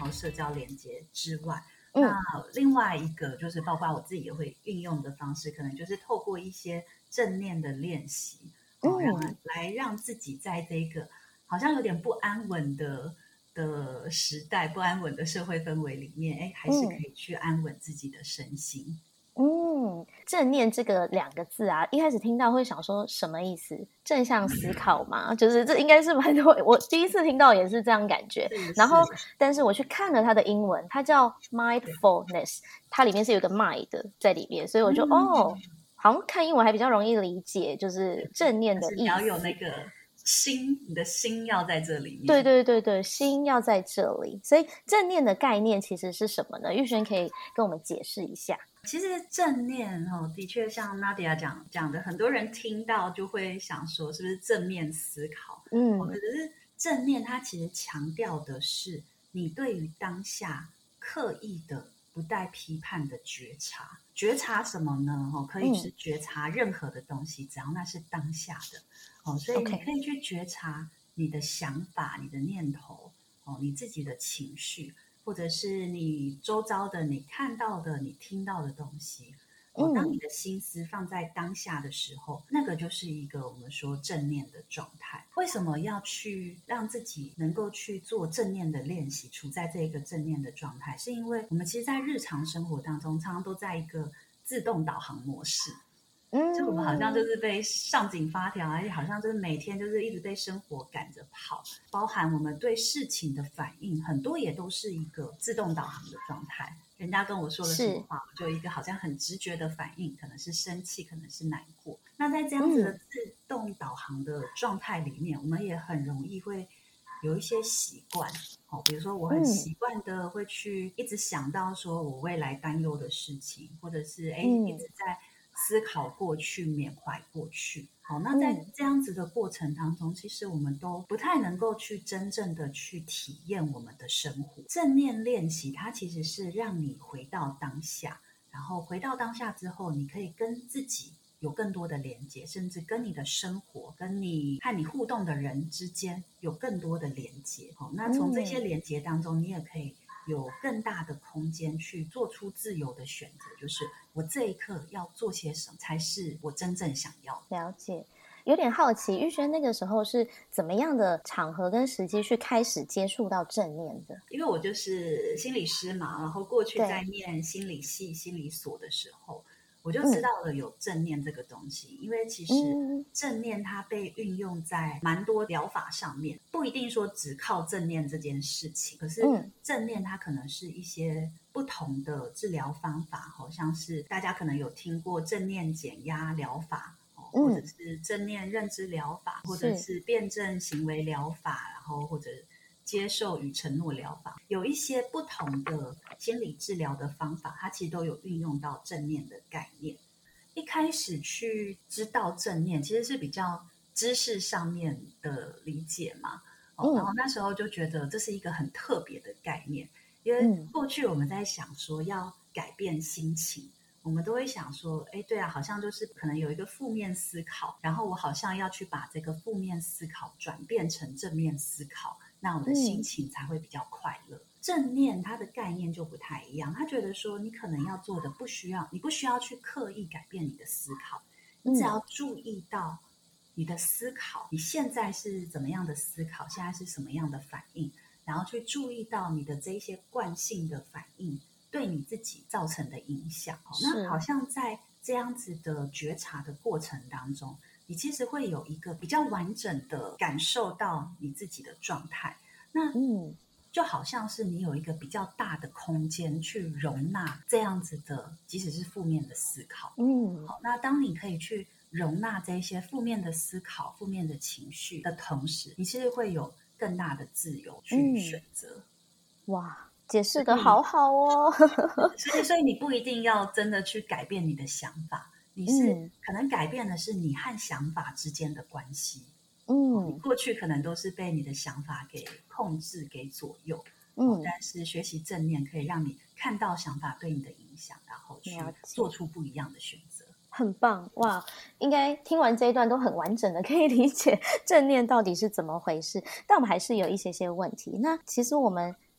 社交连接之外， 嗯那另外一个就是包括我自己也会运用的方式，可能就是透过一些正念的练习，让自己在这个好像有点不安稳的时代、不安稳的社会氛围里面，还是可以去安稳自己的身心。 正念这个2个字啊，一开始听到会想说什么意思？正向思考嘛，就是这应该是蛮多，我第一次听到也是这样感觉。然后，但是我去看了它的英文，它叫 mindfulness， 它里面是有一个 mind 在里面，所以我就好像看英文还比较容易理解，就是正念的意思。 你要有那个心，你的心要在这里面。 对对对对，心要在这里。所以正念的概念其实是什么呢？玉璇可以跟我们解释一下。 其实正念的确像 Nadia 讲的，很多人听到就会想说是不是正面思考？可是正念它其实强调的是你对于当下刻意的不带批判的觉察。觉察什么呢？可以是觉察任何的东西，只要那是当下的。所以你可以去觉察你的想法、你的念头、你自己的情绪，或者是你周遭的、你看到的、你听到的东西。当你的心思放在当下的时候，那个就是一个我们说正念的状态。为什么要去让自己能够去做正念的练习，处在这个正念的状态？是因为我们其实在日常生活当中常常都在一个自动导航模式，就我们好像就是被上紧发条，而且好像就是每天就是一直被生活赶着跑，包含我们对事情的反应，很多也都是一个自动导航的状态。人家跟我说了什么话，我就一个好像很直觉的反应，可能是生气，可能是难过。那在这样子的自动导航的状态里面，我们也很容易会有一些习惯。比如说我很习惯的会去一直想到说我未来担忧的事情，或者是一直在思考过去，缅怀过去。那在这样子的过程当中，其实我们都不太能够去真正的去体验我们的生活。正念练习它其实是让你回到当下，然后回到当下之后，你可以跟自己有更多的连接，甚至跟你的生活、跟你和你互动的人之间有更多的连接。那从这些连接当中，你也可以有更大的空间去做出自由的选择，就是我这一刻要做些什么才是我真正想要的。 了解。有点好奇，玉璇那个时候是怎么样的场合跟时机去开始接触到正念的？ 因为我就是心理师嘛，然后过去在念心理系、心理所的时候，我就知道了有正念这个东西。因为其实正念它被运用在蛮多疗法上面，不一定说只靠正念这件事情，可是正念它可能是一些不同的治疗方法，好像是大家可能有听过正念减压疗法，或者是正念认知疗法，或者是辩证行为疗法，然后或者接受与承诺疗法，有一些不同的心理治疗的方法，它其实都有运用到正念的概念。一开始去知道正念，其实是比较知识上面的理解嘛，然后那时候就觉得这是一个很特别的概念，因为过去我们在想说要改变心情，我们都会想说，对啊，好像就是可能有一个负面思考，然后我好像要去把这个负面思考转变成正面思考，那我的心情才会比较快乐。正念它的概念就不太一样，他觉得说你可能要做的你不需要去刻意改变你的思考，你只要注意到你的思考，你现在是怎么样的思考，现在是什么样的反应，然后去注意到你的这一些惯性的反应对你自己造成的影响。那好像在这样子的觉察的过程当中，你其实会有一个比较完整的感受到你自己的状态。那就好像是你有一个比较大的空间去容纳这样子的即使是负面的思考。好，那当你可以去容纳这些负面的思考、负面的情绪的同时，你其实会有更大的自由去选择。 哇，解释得好好哦。 所以你不一定要真的去改变你的想法，你是可能改变的是你和想法之间的关系。你过去可能都是被你的想法给控制、给左右。但是学习正念可以让你看到想法对你的影响，然后去做出不一样的选择。 很棒哇！应该听完这一段都很完整的可以理解正念到底是怎么回事，但我们还是有一些问题。那其实我们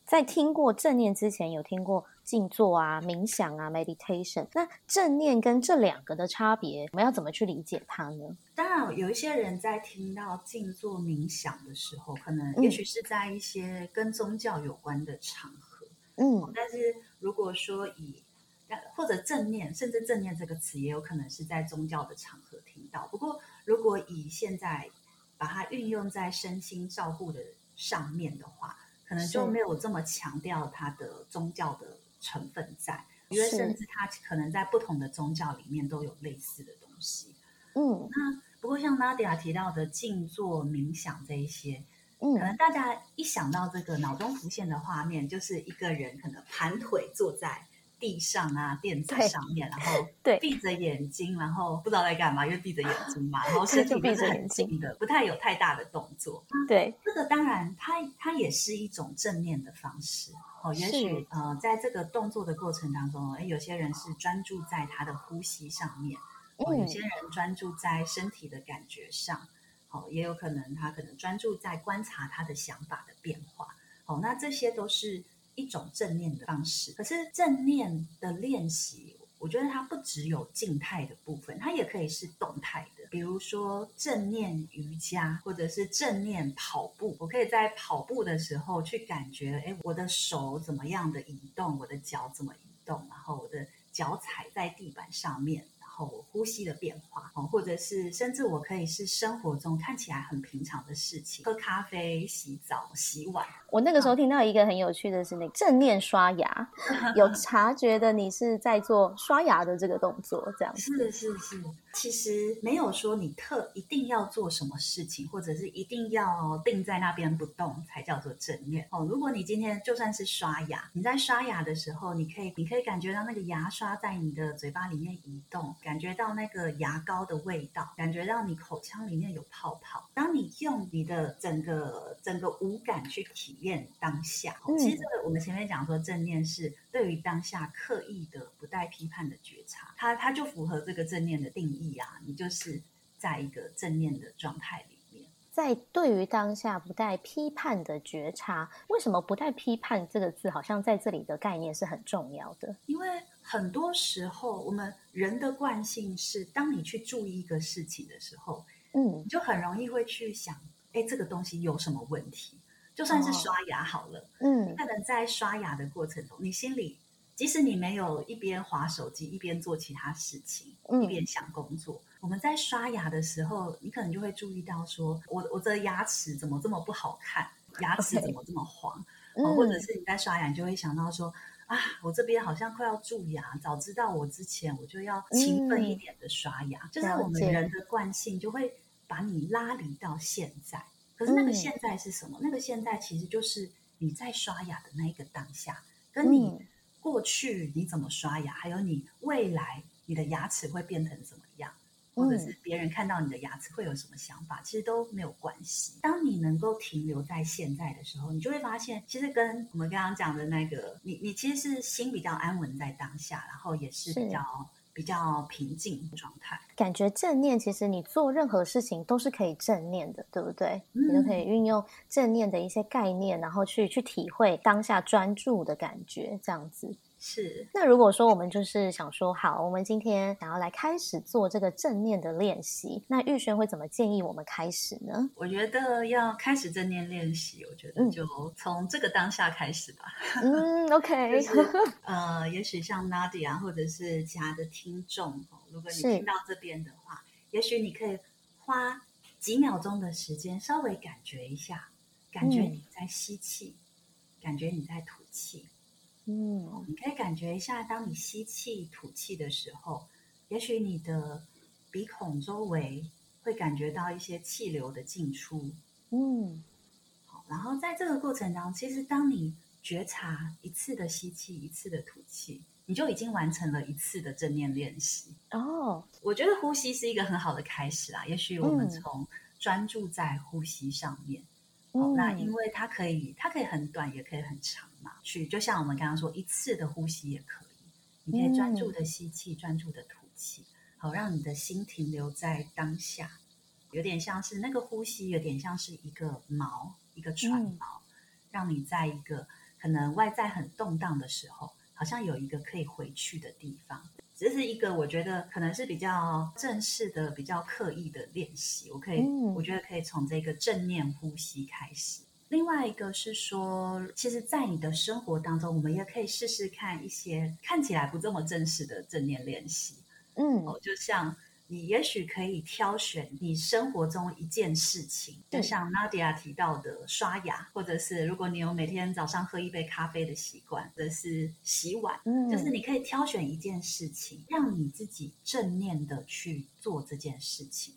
在听过正念之前，有听过静坐啊、冥想啊 （meditation）。那正念跟这两个的差别，我们要怎么去理解它呢？ 当然，有一些人在听到静坐冥想的时候，可能也许是在一些跟宗教有关的场合，但是如果说或者正念，甚至正念这个词也有可能是在宗教的场合听到。不过，如果以现在把它运用在身心照顾的上面的话，可能就没有这么强调它的宗教的成分在，因为甚至它可能在不同的宗教里面都有类似的东西。那不过像 Nadia 提到的静坐冥想这一些，可能大家一想到这个，脑中浮现的画面就是一个人可能盘腿坐在地上啊，垫子上面，然后闭着眼睛，然后不知道在干嘛，因为闭着眼睛嘛，然后身体就是很静的，不太有太大的动作。 对， 这个当然它也是一种正念的方式。也许在这个动作的过程当中，有些人是专注在他的呼吸上面，有些人专注在身体的感觉上，也有可能他可能专注在观察他的想法的变化。那这些都是一种正念的方式。可是正念的练习，我觉得它不只有静态的部分，它也可以是动态的。比如说正念瑜伽，或者是正念跑步，我可以在跑步的时候去感觉，我的手怎么样的移动，我的脚怎么移动，然后我的脚踩在地板上面，然后呼吸的变化，或者是甚至我可以是生活中看起来很平常的事情，喝咖啡、洗澡、洗碗。 我那个时候听到一个很有趣的是那个正念刷牙，有察觉的你是在做刷牙的这个动作，这样子。 是，其实没有说你一定要做什么事情，或者是一定要定在那边不动才叫做正念。如果你今天就算是刷牙，你在刷牙的时候，你可以感觉到那个牙刷在你的嘴巴里面移动，感觉到那个牙膏的味道，感觉到你口腔里面有泡泡。当你用你的整个五感去体验当下，其实这个我们前面讲说正念是对于当下刻意的不带批判的觉察，它就符合这个正念的定义啊，你就是在一个正念的状态里面。 在对于当下不带批判的觉察，为什么不带批判这个字好像在这里的概念是很重要的？ 因为很多时候我们人的惯性是，当你去注意一个事情的时候，你就很容易会去想，这个东西有什么问题？就算是刷牙好了，你可能在刷牙的过程中，你心里即使你没有一边滑手机一边做其他事情，一边想工作，我们在刷牙的时候，你可能就会注意到说，我的牙齿怎么这么不好看，牙齿怎么这么黄，或者是你在刷牙，你就会想到说，我这边好像快要蛀牙，早知道我之前我就要勤奋一点的刷牙。就是我们人的惯性就会把你拉离到现在。可是那个现在是什么？那个现在其实就是你在刷牙的那一个当下，跟你过去你怎么刷牙，还有你未来你的牙齿会变成怎么样，或者是别人看到你的牙齿会有什么想法，其实都没有关系。当你能够停留在现在的时候，你就会发现，其实跟我们刚刚讲的那个，你其实是心比较安稳在当下，然后也是比较平静的状态。 感觉正念其实你做任何事情都是可以正念的，对不对？你都可以运用正念的一些概念，然后去体会当下专注的感觉，这样子。 是。 那如果说我们就是想说，好，我们今天想要来开始做这个正念的练习，那玉轩会怎么建议我们开始呢？ 我觉得要开始正念练习，我觉得就从这个当下开始吧。 OK 就是也许像 Nadia 或者是其他的听众，如果你听到这边的话，也许你可以花几秒钟的时间稍微感觉一下，感觉你在吸气，感觉你在吐气。你可以感觉一下，当你吸气吐气的时候，也许你的鼻孔周围会感觉到一些气流的进出。好，然后在这个过程当中，其实当你觉察一次的吸气，一次的吐气，你就已经完成了一次的正念练习。我觉得呼吸是一个很好的开始啊。也许我们从专注在呼吸上面。那因为它可以很短，也可以很长嘛。就像我们刚刚说，一次的呼吸也可以，你可以专注的吸气，专注的吐气，好让你的心停留在当下。有点像是那个呼吸，有点像是一个船锚，让你在一个可能外在很动荡的时候，好像有一个可以回去的地方。这是一个我觉得可能是比较正式的、比较刻意的练习。我觉得可以从这个正念呼吸开始。另外一个是说，其实在你的生活当中，我们也可以试试看一些看起来不这么正式的正念练习。就像你也许可以挑选你生活中一件事情，就像 Nadia 提到的刷牙，或者是如果你有每天早上喝一杯咖啡的习惯，或者是洗碗，就是你可以挑选一件事情，让你自己正念的去做这件事情。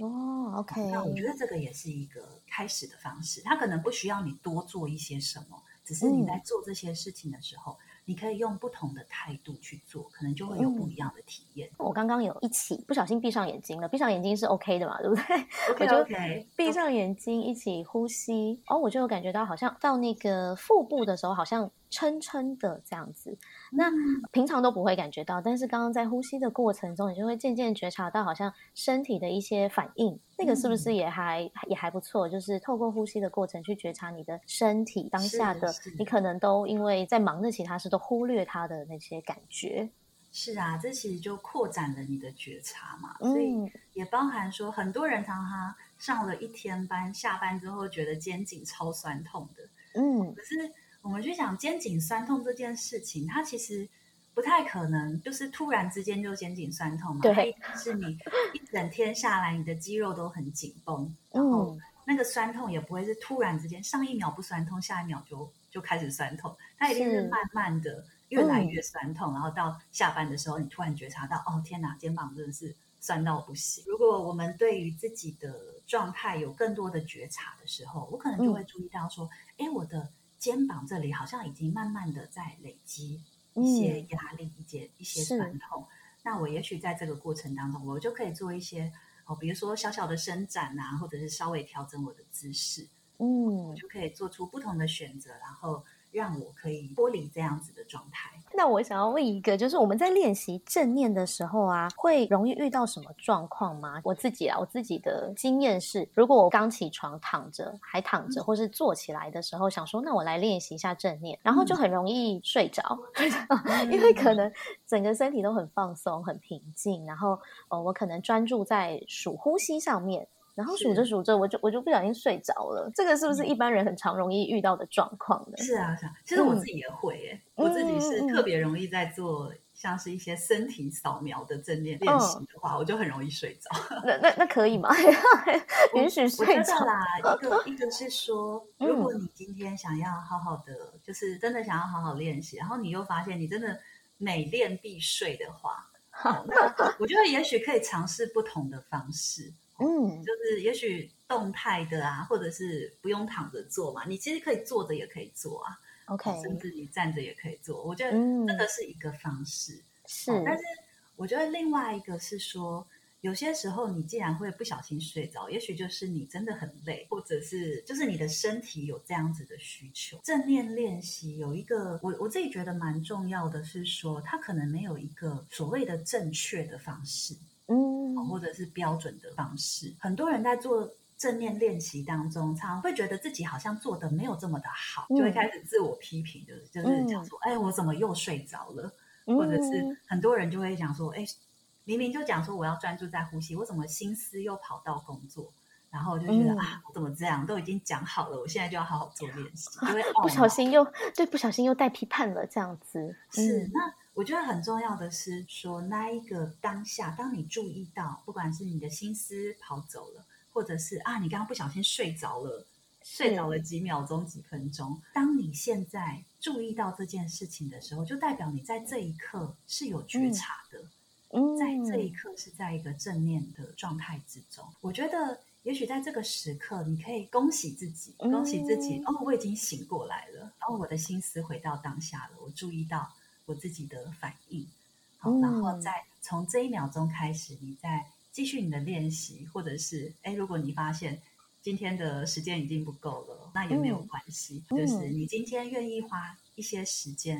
OK， 那我觉得这个也是一个开始的方式，它可能不需要你多做一些什么，只是你在做这些事情的时候，你可以用不同的态度去做，可能就会有不一样的体验。 我刚刚有一起不小心闭上眼睛了，闭上眼睛是 OK 的嘛，对不对？ OK， 我就闭上眼睛一起呼吸，我就有感觉到好像到那个腹部的时候好像撑撑的这样子，那平常都不会感觉到，但是刚刚在呼吸的过程中，你就会渐渐觉察到好像身体的一些反应，那个是不是也还不错？就是透过呼吸的过程去觉察你的身体当下的，你可能都因为在忙着其他事都忽略它的那些感觉。 是啊，这其实就扩展了你的觉察嘛，所以也包含说，很多人常常上了一天班，下班之后觉得肩颈超酸痛的，可是我们去想肩颈酸痛这件事情，它其实不太可能就是突然之间就肩颈酸痛嘛，它一定是你一整天下来，你的肌肉都很紧绷，然后那个酸痛也不会是突然之间，上一秒不酸痛，下一秒就开始酸痛，它一定是慢慢的越来越酸痛，然后到下班的时候，你突然觉察到，哦天哪，肩膀真的是酸到不行。如果我们对于自己的状态有更多的觉察的时候，我可能就会注意到说，我的肩膀这里好像已经慢慢的在累积一些压力，一些酸痛。那我也许在这个过程当中，我就可以做一些比如说小小的伸展啊，或者是稍微调整我的姿势，我就可以做出不同的选择，然后让我可以脱离这样子的状态。 那我想要问一个，就是我们在练习正念的时候啊，会容易遇到什么状况吗？我自己的经验是，如果我刚起床躺着，或是坐起来的时候，想说那我来练习一下正念，然后就很容易睡着，因为可能整个身体都很放松、很平静，然后我可能专注在数呼吸上面。然后数着数着，我就不小心睡着了。这个是不是一般人很常容易遇到的状况呢？ 是啊，其实我自己也会耶，我自己是特别容易在做像是一些身体扫描的正念练习的话，我就很容易睡着。 那可以吗？允许睡着？ 我觉得啦，一个是说，如果你今天想要好好的，就是真的想要好好练习，然后你又发现你真的每练必睡的话，那我觉得也许可以尝试不同的方式。就是也许动态的啊，或者是不用躺着做嘛，你其实可以坐着也可以做啊 ，OK， 甚至你站着也可以做。我觉得这个是一个方式，但是我觉得另外一个是说，有些时候你既然会不小心睡着，也许就是你真的很累，或者是就是你的身体有这样子的需求。正念练习有一个我自己觉得蛮重要的是说，它可能没有一个所谓的正确的方式。或者是标准的方式，很多人在做正念练习当中，常常会觉得自己好像做的没有这么的好，就会开始自我批评，就是讲说，我怎么又睡着了？或者是很多人就会讲说，明明就讲说我要专注在呼吸，我怎么心思又跑到工作？然后就觉得我怎么这样？都已经讲好了，我现在就要好好做练习，就会不小心又带批判了，这样子是那。我觉得很重要的是说，那一个当下，当你注意到，不管是你的心思跑走了，或者是你刚刚不小心睡着了几秒钟、几分钟，当你现在注意到这件事情的时候，就代表你在这一刻是有觉察的，在这一刻是在一个正念的状态之中。我觉得也许在这个时刻，你可以恭喜自己，我已经醒过来了，我的心思回到当下了，我注意到我自己的反应，然后再从这一秒钟开始，你再继续你的练习，或者是如果你发现今天的时间已经不够了，那也没有关系，就是你今天愿意花一些时间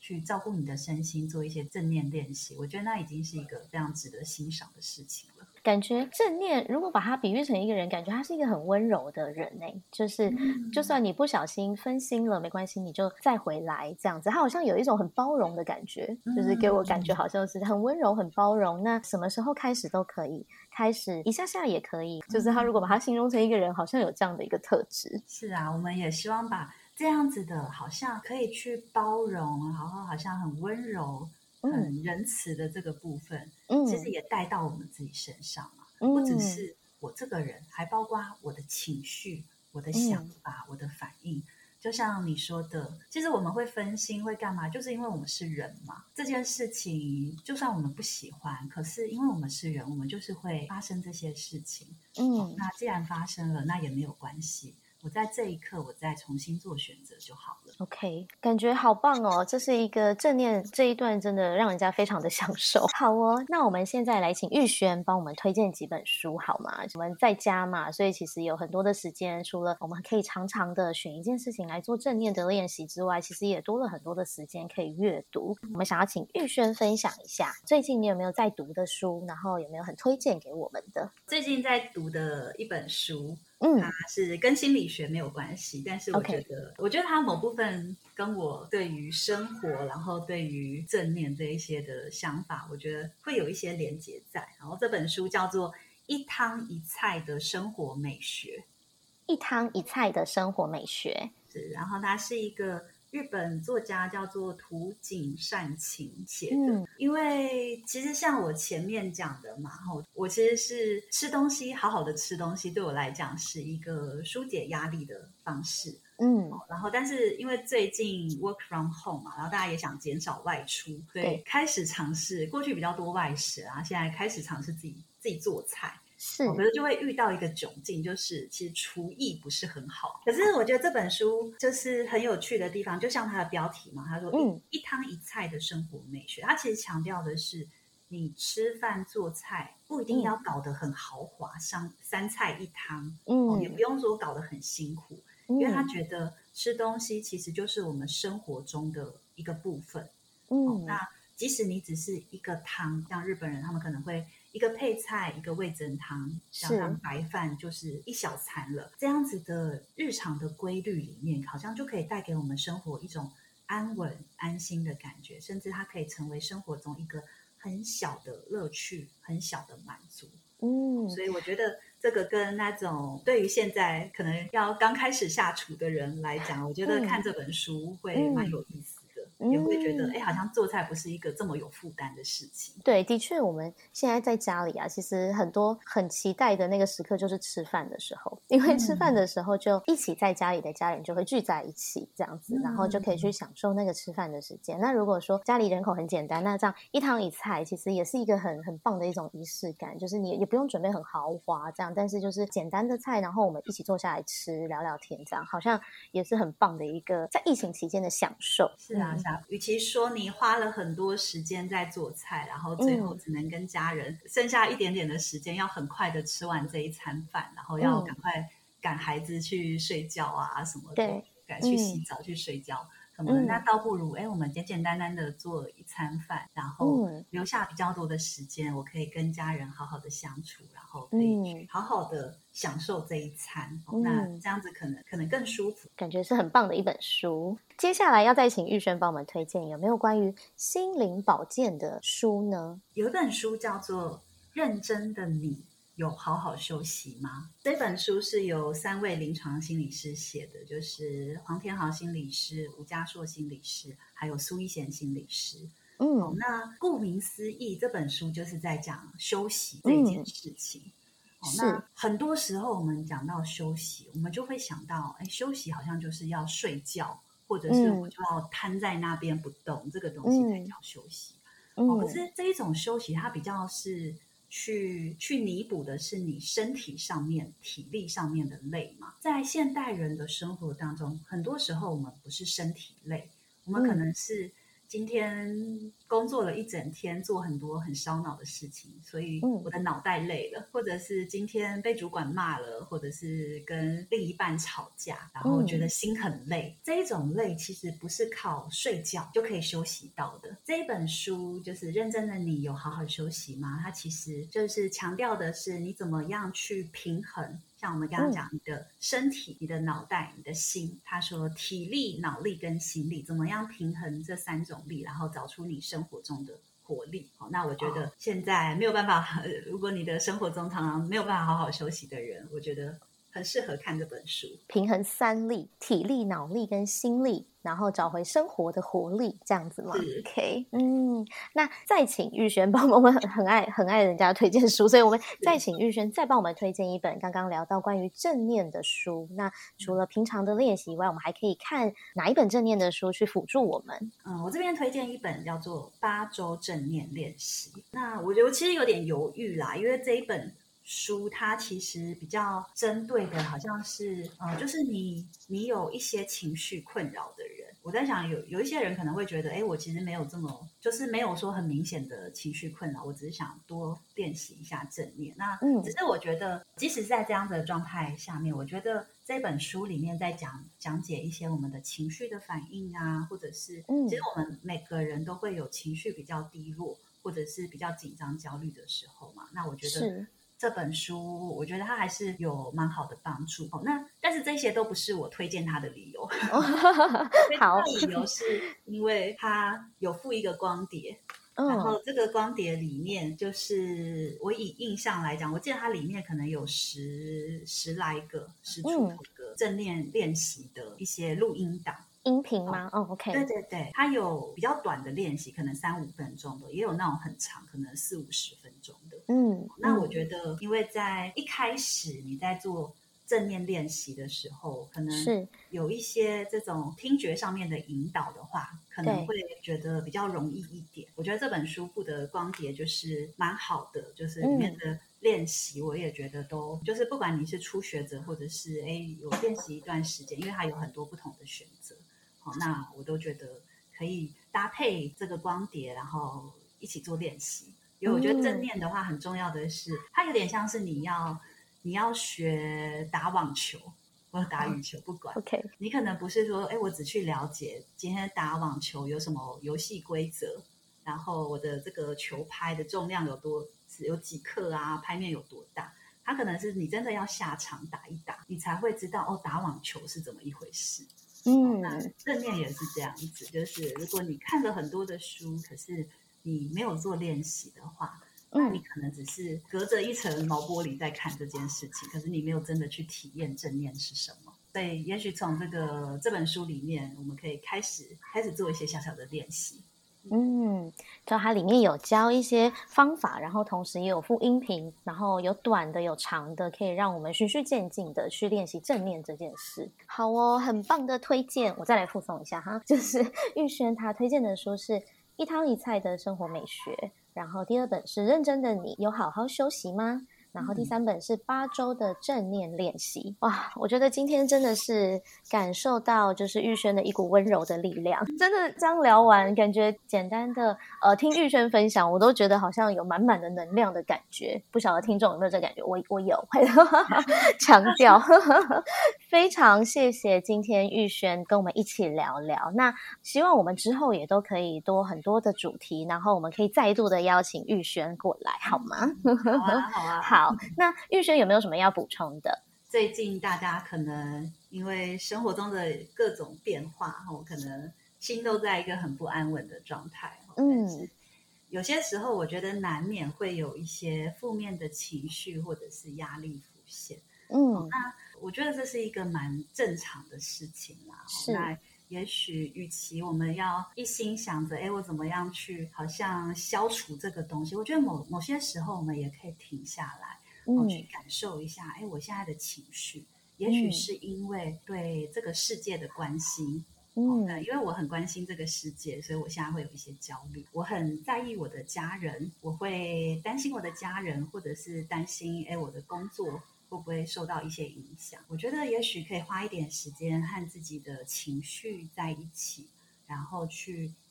去照顾你的身心，做一些正念练习，我觉得那已经是一个非常值得欣赏的事情了。 感觉正念如果把它比喻成一个人，感觉他是一个很温柔的人就是就算你不小心分心了没关系，你就再回来这样子。他好像有一种很包容的感觉，就是给我感觉好像是很温柔很包容，那什么时候开始都可以，开始一下下也可以，就是他如果把他形容成一个人，好像有这样的一个特质。 是啊，我们也希望把这样子的好像可以去包容，然后好像很温柔很仁慈的这个部分，其实也带到我们自己身上嘛。不只是我这个人，还包括我的情绪、我的想法、我的反应。就像你说的，其实我们会分心会干嘛，就是因为我们是人嘛。这件事情就算我们不喜欢，可是因为我们是人，我们就是会发生这些事情。那既然发生了，那也没有关系，我在这一刻我再重新做选择就好了。 OK， 感觉好棒哦，这是一个正念这一段真的让人家非常的享受。好哦，那我们现在来请玉轩帮我们推荐几本书好吗？我们在家嘛，所以其实有很多的时间，除了我们可以常常的选一件事情来做正念的练习之外，其实也多了很多的时间可以阅读。我们想要请玉轩分享一下最近你有没有在读的书，然后有没有很推荐给我们的？ 最近在读的一本书，它是跟心理学没有关系，但是我觉得它某部分跟我对于生活，然后对于正念这一些的想法，我觉得会有一些连结在。然后这本书叫做《一汤一菜的生活美学》， 一汤一菜的生活美学是，然后它是一个日本作家叫做土井善晴写的。因为其实像我前面讲的嘛，我其实是吃东西，好好的吃东西对我来讲是一个疏解压力的方式。然后但是因为最近 work from home 嘛，然后大家也想减少外出，对，开始尝试，过去比较多外食啊，现在开始尝试自己做菜。可是就会遇到一个窘境，就是其实厨艺不是很好。可是我觉得这本书就是很有趣的地方，就像它的标题嘛，他说一汤一菜的生活美学，它其实强调的是你吃饭做菜不一定要搞得很豪华，像三菜一汤，也不用说搞得很辛苦，因为他觉得吃东西其实就是我们生活中的一个部分。那即使你只是一个汤，像日本人他们可能会一个配菜，一个味噌汤，像他们白饭就是一小餐了。这样子的日常的规律里面，好像就可以带给我们生活一种安稳安心的感觉，甚至它可以成为生活中一个很小的乐趣，很小的满足。所以我觉得这个跟那种对于现在可能要刚开始下厨的人来讲，我觉得看这本书会蛮有意思的，也会觉得好像做菜不是一个这么有负担的事情。 对，的确我们现在在家里啊，其实很多很期待的那个时刻就是吃饭的时候，因为吃饭的时候就一起在家里的家人就会聚在一起这样子，然后就可以去享受那个吃饭的时间。那如果说家里人口很简单，那这样一汤一菜其实也是一个很棒的一种仪式感，就是你也不用准备很豪华这样，但是就是简单的菜，然后我们一起坐下来吃聊聊天，这样好像也是很棒的一个在疫情期间的享受。 是啊，与其说你花了很多时间在做菜，然后最后只能跟家人剩下一点点的时间，要很快的吃完这一餐饭，然后要赶快赶孩子去睡觉啊什么的，赶去洗澡去睡觉。那倒不如我们简简单单的做一餐饭，然后留下比较多的时间，我可以跟家人好好的相处，然后可以好好的享受这一餐。那这样子可能更舒服， 感觉是很棒的一本书。接下来要再请玉轩帮我们推荐有没有关于心灵保健的书呢？ 有一本书叫做《认真的你有好好休息吗》？这本书是由3位临床心理师写的，就是黄天豪心理师、吴家硕心理师，还有苏一贤心理师。那顾名思义，这本书就是在讲休息这件事情。那很多时候我们讲到休息，我们就会想到，休息好像就是要睡觉，或者是我就要瘫在那边不动，这个东西才叫休息。可是这一种休息，它比较是去弥补的是你身体上面、体力上面的累嘛。在现代人的生活当中，很多时候我们不是身体累，我们可能是今天工作了一整天，做很多很烧脑的事情，所以我的脑袋累了，或者是今天被主管骂了，或者是跟另一半吵架，然后觉得心很累，这一种累其实不是靠睡觉就可以休息到的。这一本书就是认真的你有好好休息吗？它其实就是强调的是你怎么样去平衡，像我们刚刚讲你的身体、你的脑袋、你的心，他说体力、脑力跟心力怎么样平衡这3种力，然后找出你生活中的活力。那我觉得现在没有办法，如果你的生活中常常没有办法好好休息的人，我觉得很适合看这本书。 平衡3力：体力、脑力跟心力，然后找回生活的活力，这样子吗 ？OK， 那再请玉瑄帮我们很爱人家推荐书，所以我们再请玉瑄再帮我们推荐一本刚刚聊到关于正念的书。那除了平常的练习以外，我们还可以看哪一本正念的书去辅助我们？ 我这边推荐一本叫做《8周正念练习》。那我觉得我其实有点犹豫啦，因为这一本书它其实比较针对的好像是就是你有一些情绪困扰的人，我在想有一些人可能会觉得我其实没有这么就是没有说很明显的情绪困扰，我只是想多练习一下正念。那只是我觉得即使在这样的状态下面，我觉得这本书里面在讲解一些我们的情绪的反应啊，或者是其实我们每个人都会有情绪比较低落或者是比较紧张焦虑的时候嘛，那我觉得这本书我觉得它还是有蛮好的帮助。但是这些都不是我推荐它的理由。 好， 理由是因为它有附一个光碟，然后这个光碟里面就是我以印象来讲，我记得它里面可能有十来个10出头个正念练习的一些录音档。 音频吗？OK， 对对对，它有比较短的练习，可能3-5分钟的，也有那种很长，可能40-50分钟的。那我觉得，因为在一开始你在做正念练习的时候，可能有一些这种听觉上面的引导的话，可能会觉得比较容易一点。我觉得这本书附的光碟就是蛮好的，就是里面的练习，我也觉得都就是不管你是初学者，或者是有练习一段时间，因为它有很多不同的选择。那我都觉得可以搭配这个光碟，然后一起做练习。因为我觉得正念的话，很重要的是，它有点像是你要学打网球或者打羽球，不管。你可能不是说，我只去了解今天打网球有什么游戏规则，然后我的这个球拍的重量有几克啊，拍面有多大。它可能是你真的要下场打一打，你才会知道打网球是怎么一回事。那正念也是这样子，就是如果你看了很多的书，可是你没有做练习的话，那你可能只是隔着一层毛玻璃在看这件事情，可是你没有真的去体验正念是什么。所以也许从这本书里面，我们可以开始做一些小小的练习。 就它里面有教一些方法，然后同时也有附音频，然后有短的有长的，可以让我们循序渐进的去练习正念这件事。好哦，很棒的推荐，我再来附送一下哈，就是玉瑄她推荐的书是一汤一菜的生活美学，然后第2本是认真的你有好好休息吗？然后第3本是8周的正念练习。哇，我觉得今天真的是感受到就是玉瑄的一股温柔的力量。真的这样聊完，感觉简单的听玉瑄分享，我都觉得好像有满满的能量的感觉。不晓得听众有没有这感觉？我有，强调。非常谢谢今天玉瑄跟我们一起聊聊。那希望我们之后也都可以多很多的主题，然后我们可以再度的邀请玉瑄过来，好吗？ 好啊。 好，那玉瑄有没有什么要补充的？ 最近大家可能因为生活中的各种变化，可能心都在一个很不安稳的状态。但是有些时候我觉得难免会有一些负面的情绪或者是压力浮现。那我觉得这是一个蛮正常的事情啦。那也许与其我们要一心想着我怎么样去好像消除这个东西，我觉得某些时候我们也可以停下来，去感受一下我现在的情绪，也许是因为对这个世界的关心。因为我很关心这个世界，所以我现在会有一些焦虑。我很在意我的家人，我会担心我的家人，或者是担心我的工作会不会受到一些影响。我觉得也许可以花一点时间和自己的情绪在一起，然后去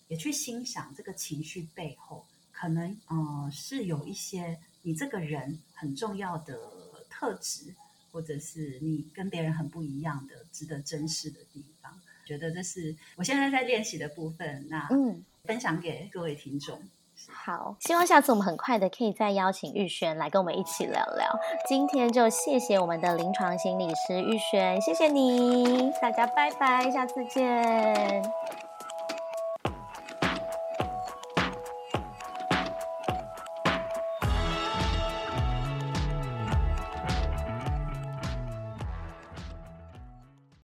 也去欣赏这个情绪背后，可能是有一些你这个人很重要的特质，或者是你跟别人很不一样的值得珍视的地方。觉得这是我现在在练习的部分，那分享给各位听众。 好，希望下次我们很快的可以再邀请玉璇来跟我们一起聊聊。今天就谢谢我们的临床心理师玉璇，谢谢你，大家拜拜，下次见。